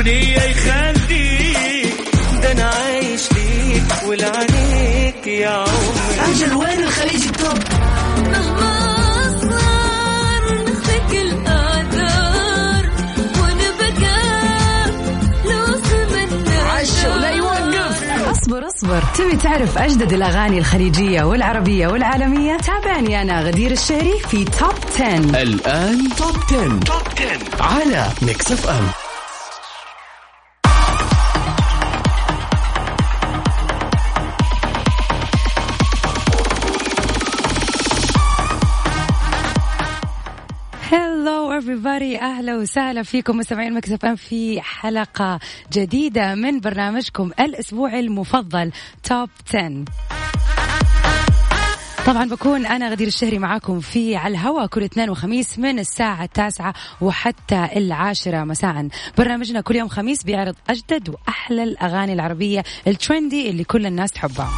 الدنيا يخليك، ده أنا عايش ليك والعنيك يا عمري. أجل وين الخليج التوب؟ مهما صار نخفك الآثار ونبقى لوصل منا عشو لا يوقف. اصبر تبي تعرف أجدد الأغاني الخليجية والعربية والعالمية؟ تابعني أنا غدير الشهري في توب 10. الآن توب 10 على ميكس اف ام. Hello everybody, أهلا وسهلا فيكم مستمعين ميكس اف ام في حلقة جديدة من برنامجكم الأسبوعي المفضل توب 10. طبعا بكون أنا غدير الشهري معاكم في على الهواء كل اثنين وخميس من الساعة 9 وحتى 10 مساء. برنامجنا كل يوم خميس بيعرض أجدد وأحلى الأغاني العربية الترندي اللي كل الناس تحبها.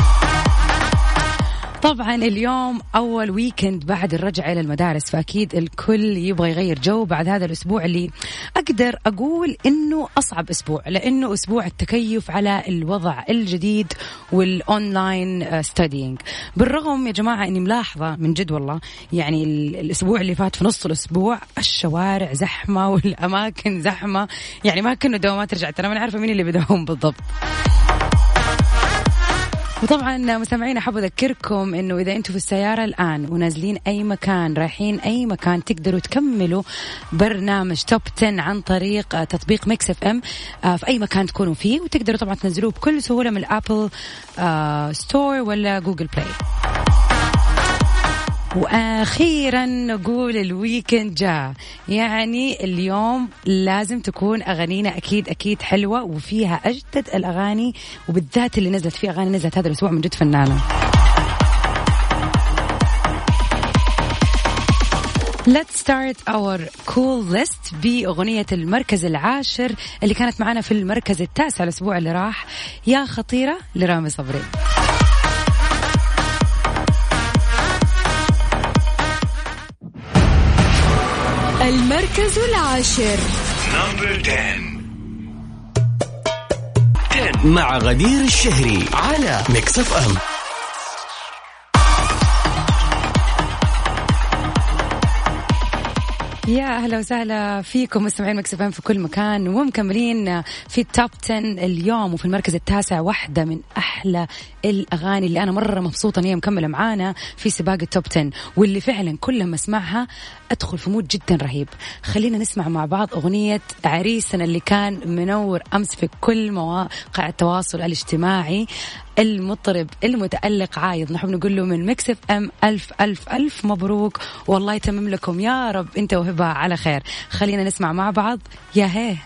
طبعا اليوم أول ويكند بعد الرجعة إلى المدارس، فأكيد الكل يبغى يغير جو بعد هذا الأسبوع اللي أقدر أقول إنه أصعب أسبوع، لأنه أسبوع التكيف على الوضع الجديد والأونلاين ستاديينج. بالرغم يا جماعة إني ملاحظة من جد والله، يعني الأسبوع اللي فات في نص الأسبوع الشوارع زحمة والأماكن زحمة، يعني ما كنا دوامات رجعت، أنا ما عارفة مين اللي بداهم بالضبط. وطبعا مستمعين أحب أذكركم إنه إذا أنتم في السيارة الآن ونازلين أي مكان رايحين أي مكان، تقدروا تكملوا برنامج توب 10 عن طريق تطبيق ميكس اف ام في أي مكان تكونوا فيه، وتقدروا طبعا تنزلوه بكل سهولة من الأبل ستور ولا جوجل بلاي. وأخيرا نقول الويكند جاء، يعني اليوم لازم تكون أغانينا أكيد حلوة وفيها أجدد الأغاني، وبالذات اللي نزلت فيه أغاني نزلت هذا الأسبوع من جد فنانة. Let's start our cool list بأغنية المركز العاشر اللي كانت معنا في المركز التاسع الأسبوع اللي راح، يا خطيرة لرامي صبري. المركز العاشر نمبر 10 مع غدير الشهري على ميكس اف ام. يا أهلا وسهلا فيكم مستمعين ميكس اف ام في كل مكان، ومكملين في التوب 10 اليوم. وفي المركز التاسع واحدة من أحلى الأغاني اللي أنا مرة مبسوطة أن هي مكملة معانا في سباق التوب 10، واللي فعلا كل ما اسمعها أدخل في مود جدا رهيب. خلينا نسمع مع بعض أغنية عريسنا اللي كان منور أمس في كل مواقع التواصل الاجتماعي، المطرب المتألق عايض. نحب نقول له من ميكس اف ام ألف ألف ألف مبروك، والله يتمم لكم يا رب أنت وهبة على خير. خلينا نسمع مع بعض يا هيه.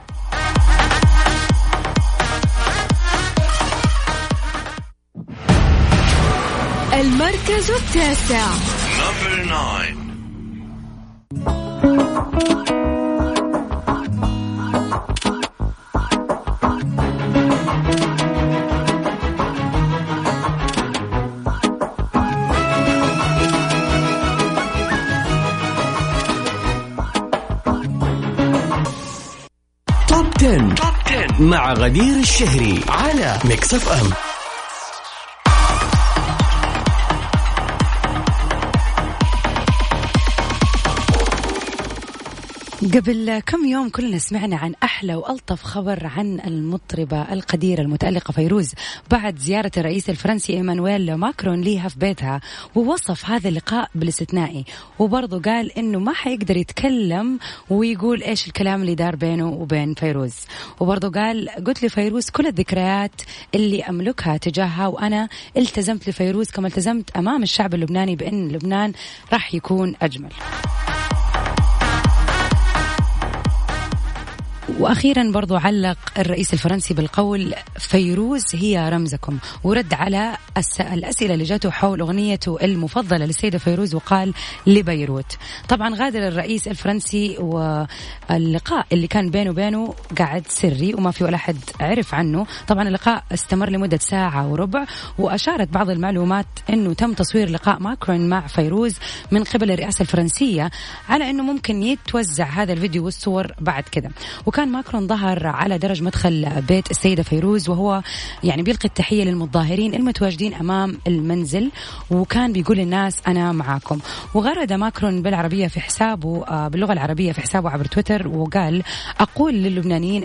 المركز التاسع نمبر 9. توب 10 مع غدير الشهري على ميكس اف ام. قبل كم يوم كلنا سمعنا عن أحلى وألطف خبر عن المطربة القديرة المتألقة فيروز بعد زيارة الرئيس الفرنسي إيمانويل ماكرون ليها في بيتها، ووصف هذا اللقاء بالاستثنائي، وبرضه قال إنه ما حيقدر يتكلم ويقول إيش الكلام اللي دار بينه وبين فيروز. وبرضه قال قلت لفيروز كل الذكريات اللي أملكها تجاهها، وأنا التزمت لفيروز كما التزمت أمام الشعب اللبناني بأن لبنان راح يكون أجمل. وأخيرا برضو علق الرئيس الفرنسي بالقول فيروز هي رمزكم، ورد على الأسئلة اللي جاته حول أغنيته المفضلة للسيدة فيروز وقال لبيروت. طبعا غادر الرئيس الفرنسي واللقاء اللي كان بينه وبينه قاعد سري وما في ولا حد عرف عنه. طبعا اللقاء استمر لمدة ساعة وربع، وأشارت بعض المعلومات أنه تم تصوير لقاء ماكرون مع فيروز من قبل الرئاسة الفرنسية على أنه ممكن يتوزع هذا الفيديو والصور بعد كده. وكان ماكرون ظهر على درج مدخل بيت السيدة فيروز وهو يعني بيلقي التحية للمتظاهرين المتواجدين أمام المنزل، وكان بيقول للناس أنا معاكم. وغرد ماكرون بالعربية في حسابه باللغة العربية في حسابه عبر تويتر وقال: أقول للبنانيين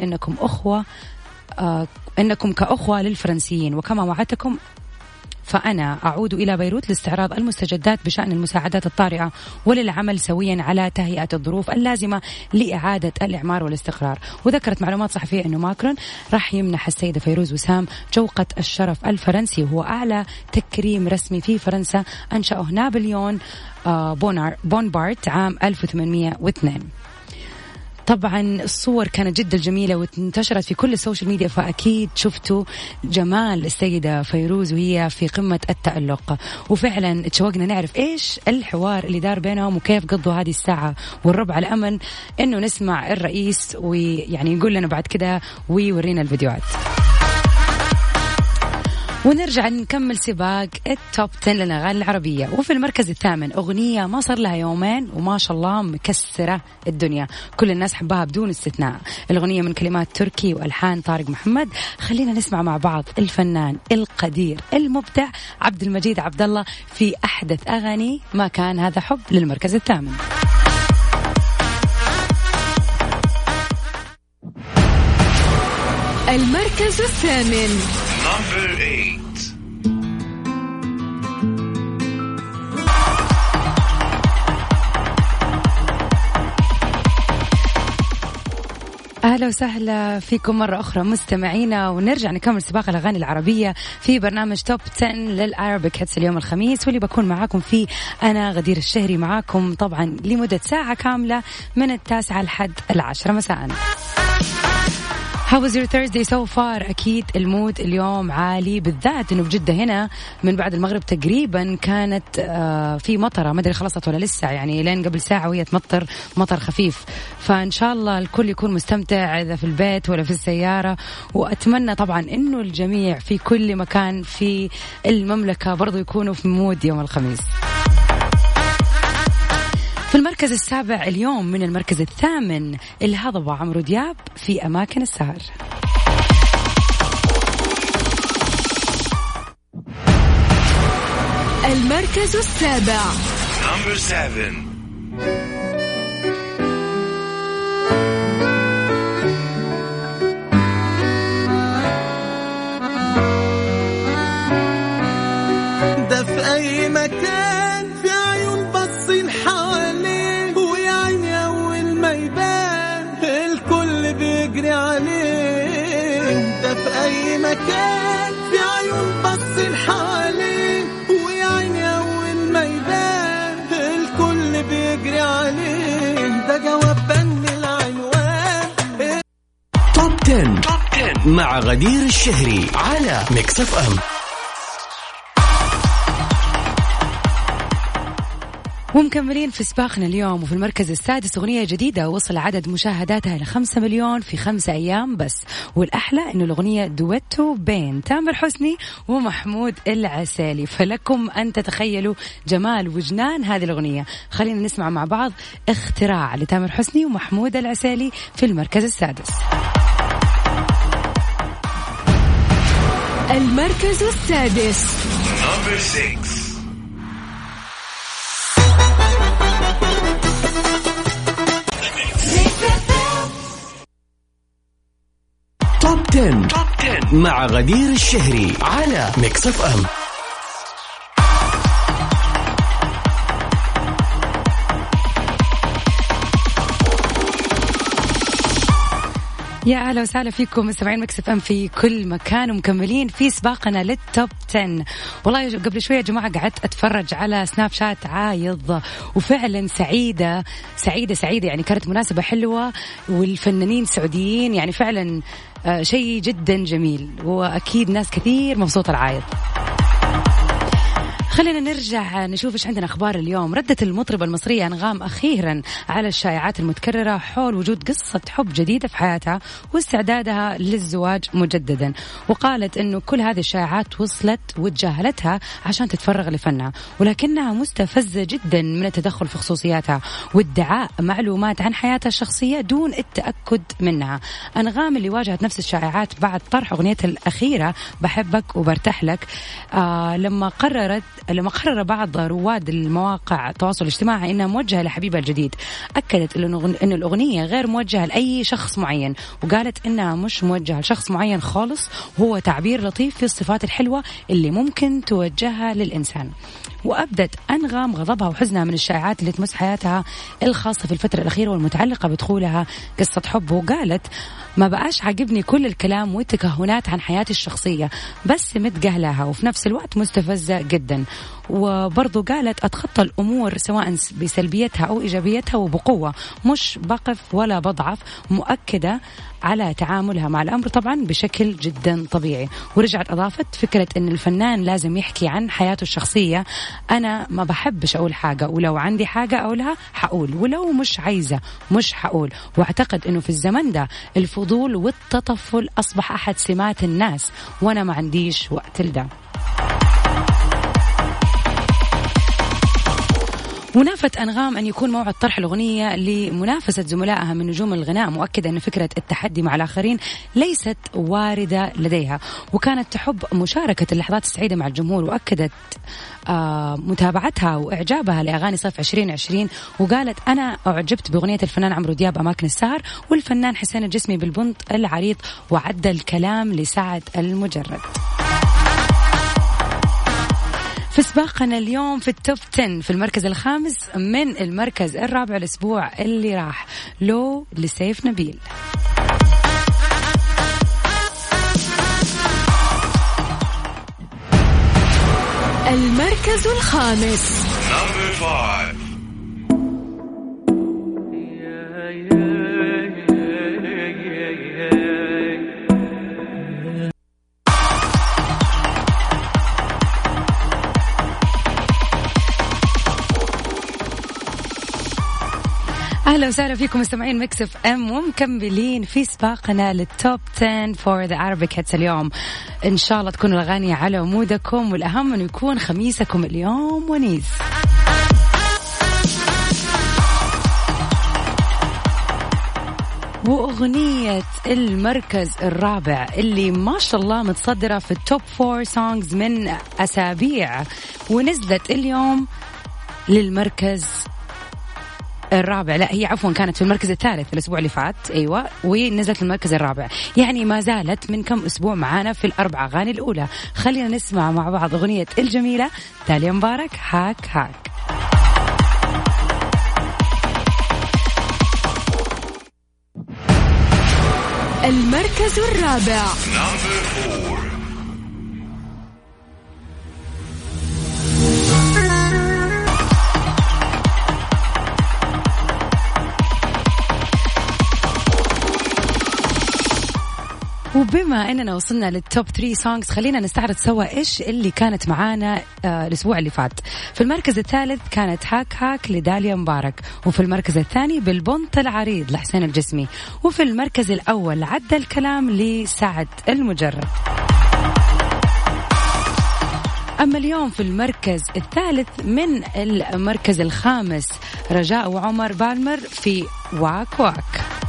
إنكم كأخوة للفرنسيين، وكما وعدتكم فأنا أعود إلى بيروت لاستعراض المستجدات بشأن المساعدات الطارئة وللعمل سويا على تهيئة الظروف اللازمة لإعادة الإعمار والاستقرار. وذكرت معلومات صحفية أنه ماكرون راح يمنح السيدة فيروز وسام جوقة الشرف الفرنسي، وهو أعلى تكريم رسمي في فرنسا أنشأه نابليون بونابرت عام 1802. طبعا الصور كانت جدا جميلة وانتشرت في كل السوشيال ميديا، فأكيد شفتوا جمال السيدة فيروز وهي في قمة التألق. وفعلا تشوقنا نعرف إيش الحوار اللي دار بينهم وكيف قضوا هذه الساعة والربع، على أمل إنه نسمع الرئيس ويعني يقول لنا بعد كده ويورينا الفيديوهات. ونرجع نكمل سباق التوب 10 للأغاني العربية. وفي المركز الثامن أغنية ما صار لها يومين وما شاء الله مكسرة الدنيا، كل الناس حبها بدون استثناء. الأغنية من كلمات تركي وألحان طارق محمد. خلينا نسمع مع بعض الفنان القدير المبدع عبد المجيد عبد الله في أحدث أغاني ما كان هذا حب للمركز الثامن. المركز الثامن. Number 8. أهلا وسهلا فيكم مرة أخرى مستمعينا، ونرجع نكمل سباق الأغاني العربية في برنامج توب 10 للعربيك هيتس اليوم الخميس، واللي بكون معاكم فيه أنا غدير الشهري، معاكم طبعا لمدة ساعة كاملة من 9 لحد 10 مساء. How was your Thursday so far؟ أكيد المود اليوم عالي، بالذات إنه بجدة هنا من بعد المغرب تقريبا كانت في مطرة، ما أدري خلصت ولا لسه، يعني لين قبل ساعة وهي تمطر مطر خفيف. فإن شاء الله الكل يكون مستمتع إذا في البيت ولا في السيارة، وأتمنى طبعا إنه الجميع في كل مكان في المملكة برضو يكونوا في مود يوم الخميس. في المركز السابع اليوم من المركز الثامن الهضبة عمرو دياب في أماكن السهر. المركز السابع. Number 7. ده في أي مكان في عيون باصين حواليه، ويا عيني أول ما يبان الكل بيجري عليه. ده في أي مكان في عيون باصين حواليه، ويا عيني أول ما يبان الكل بيجري عليه. ده جواب بن العنوان. توب 10 مع غدير الشهري على ميكس اف ام. ومكملين في سباقنا اليوم، وفي المركز السادس أغنية جديدة وصل عدد مشاهداتها ل5 مليون في 5 أيام بس. والأحلى إنه الأغنية دويتو بين تامر حسني ومحمود العسيلي، فلكم أن تتخيلوا جمال وجنان هذه الأغنية. خلينا نسمع مع بعض اختراع لتامر حسني ومحمود العسيلي في المركز السادس. المركز السادس. Number 6. توب 10 مع غدير الشهري على ميكس اف ام. يا أهلا وسهلا فيكم مستمعين ميكس اف ام في كل مكان، ومكملين في سباقنا للتوب 10. والله قبل شوية يا جماعة قعدت أتفرج على سناب شات عايض، وفعلا سعيدة سعيدة سعيدة، يعني كانت مناسبة حلوة والفنانين سعوديين، يعني فعلا شيء جدا جميل، وأكيد ناس كثير مبسوطة العايض. خلينا نرجع نشوف ايش عندنا اخبار اليوم. ردت المطربة المصرية أنغام اخيرا على الشائعات المتكررة حول وجود قصة حب جديدة في حياتها واستعدادها للزواج مجددا، وقالت انه كل هذه الشائعات وصلت وتجاهلتها عشان تتفرغ لفنها، ولكنها مستفزة جدا من التدخل في خصوصياتها وادعاء معلومات عن حياتها الشخصية دون التأكد منها. أنغام اللي واجهت نفس الشائعات بعد طرح أغنيتها الأخيرة بحبك وبرتاح لك، لما قرر بعض رواد المواقع التواصل الاجتماعي انها موجهه لحبيبها الجديد. اكدت ان الاغنيه غير موجهه لاي شخص معين، وقالت انها مش موجهه لشخص معين خالص، وهو تعبير لطيف في الصفات الحلوه اللي ممكن توجهها للانسان. وأبدت أنغام غضبها وحزنها من الشائعات اللي تمس حياتها الخاصة في الفترة الأخيرة والمتعلقة بدخولها قصة حب، وقالت ما بقاش عاجبني كل الكلام والتكهنات عن حياتي الشخصية، بس متجاهلها وفي نفس الوقت مستفزة جدا. وبرضو قالت أتخطى الأمور سواء بسلبيتها أو إيجابيتها وبقوة، مش بقف ولا بضعف، مؤكدة على تعاملها مع الأمر طبعا بشكل جدا طبيعي. ورجعت أضافت فكرة أن الفنان لازم يحكي عن حياته الشخصية، أنا ما بحبش أقول حاجة، ولو عندي حاجة أقولها حقول، ولو مش عايزة مش حقول. واعتقد أنه في الزمن ده الفضول والتطفل أصبح أحد سمات الناس، وأنا ما عنديش وقت لده. ونافت أنغام أن يكون موعد طرح الأغنية لمنافسة زملائها من نجوم الغناء، مؤكدة أن فكرة التحدي مع الآخرين ليست واردة لديها، وكانت تحب مشاركة اللحظات السعيدة مع الجمهور. وأكدت متابعتها وإعجابها لأغاني صيف 2020، وقالت أنا أعجبت بأغنية الفنان عمرو دياب أماكن السهر والفنان حسين الجسمي بالبنط العريض، وعدى الكلام لسعد المجرد. في سباقنا اليوم في التوب 10 في المركز الخامس من المركز الرابع الأسبوع اللي راح لو لسيف نبيل. المركز الخامس. أهلا وسهلا فيكم مستمعين ميكس اف ام، ومكملين في سباقنا للتوب 10 for the Arabic hits اليوم. إن شاء الله تكون الأغاني على مودكم، والأهم أنه يكون خميسكم اليوم ونيس. وأغنية المركز الرابع اللي ما شاء الله متصدرة في التوب 4 سونجز من أسابيع، ونزلت اليوم للمركز الرابع. لا هي عفوا كانت في المركز الثالث الأسبوع اللي فات، أيوة، ونزلت المركز الرابع، يعني ما زالت من كم أسبوع معانا في الأربع أغاني الأولى. خلينا نسمع مع بعض أغنية الجميلة داليا مبارك هاك هاك. المركز الرابع. وبما أننا وصلنا للتوب 3 سونجز، خلينا نستعرض سوا إيش اللي كانت معانا الأسبوع اللي فات. في المركز الثالث كانت هاك هاك لداليا مبارك، وفي المركز الثاني بالبنط العريض لحسين الجسمي، وفي المركز الأول عدى الكلام لسعد المجرد. أما اليوم في المركز الثالث من المركز الخامس رجاء وعمر بالمر في واك واك.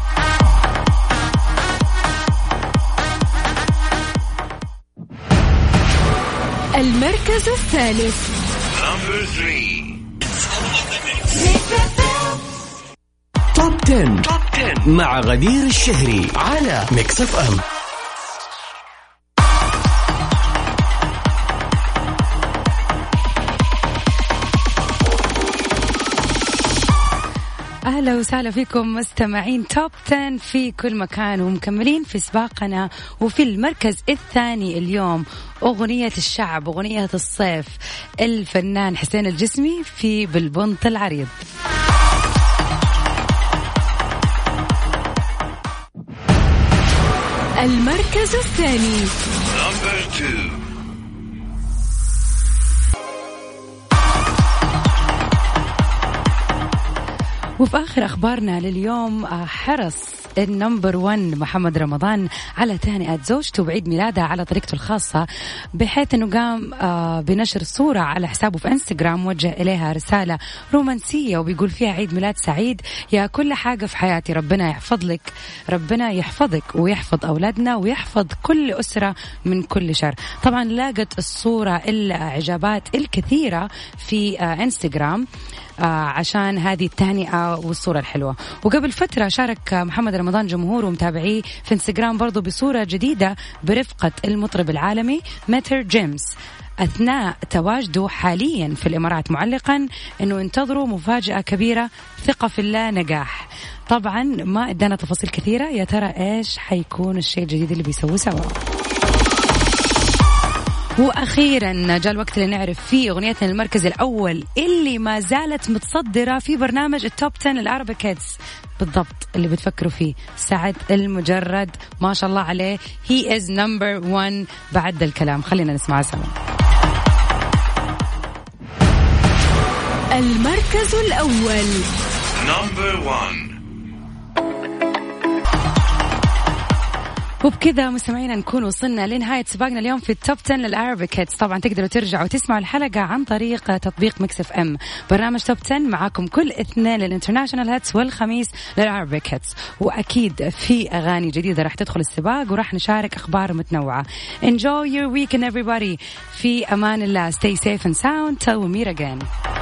المركز الثالث. توب 10 مع غدير الشهري على ميكس اف ام. أهلا وسهلا فيكم مستمعين توب 10 في كل مكان، ومكملين في سباقنا. وفي المركز الثاني اليوم أغنية الشعب، أغنية الصيف، الفنان حسين الجسمي في بالبنط العريض. المركز الثاني. وفي آخر أخبارنا لليوم حرص النمبر 1 محمد رمضان على تهنئة زوجته بعيد ميلادها على طريقته الخاصة، بحيث أنه قام بنشر صورة على حسابه في إنستغرام وجه إليها رسالة رومانسية وبيقول فيها عيد ميلاد سعيد يا كل حاجة في حياتي، ربنا يحفظ لك، ربنا يحفظك ويحفظ أولادنا ويحفظ كل أسرة من كل شر. طبعا لاقت الصورة الإعجابات الكثيرة في إنستغرام عشان هذه التهنئة والصورة الحلوة. وقبل فترة شارك محمد رمضان جمهوره ومتابعيه في انستغرام برضو بصورة جديدة برفقة المطرب العالمي متر جيمس أثناء تواجده حاليا في الإمارات، معلقا أنه انتظروا مفاجأة كبيرة، ثقة في الله، نجاح. طبعا ما ادانا تفاصيل كثيرة، يا ترى إيش حيكون الشيء الجديد اللي بيسووه سوا. وأخيرا جاء الوقت اللي نعرف فيه أغنيتنا المركز الأول اللي ما زالت متصدرة في برنامج التوب 10 العربي كيدز، بالضبط اللي بتفكروا فيه، سعد المجرد ما شاء الله عليه، he is number 1 بعد الكلام. خلينا نسمع سوا. المركز الأول number 1. وبكذا مستمعينا نكون وصلنا لنهاية سباقنا اليوم في التوب 10 للعربي هيتس. طبعا تقدروا ترجعوا تسمعوا الحلقة عن طريق تطبيق ميكس اف ام. برنامج توب 10 معاكم كل اثنين للانترناشنال هيتس والخميس للعربي هيتس، وأكيد في أغاني جديدة راح تدخل السباق وراح نشارك أخبار متنوعة. Enjoy your weekend everybody. في أمان الله. Stay safe and sound till we meet again.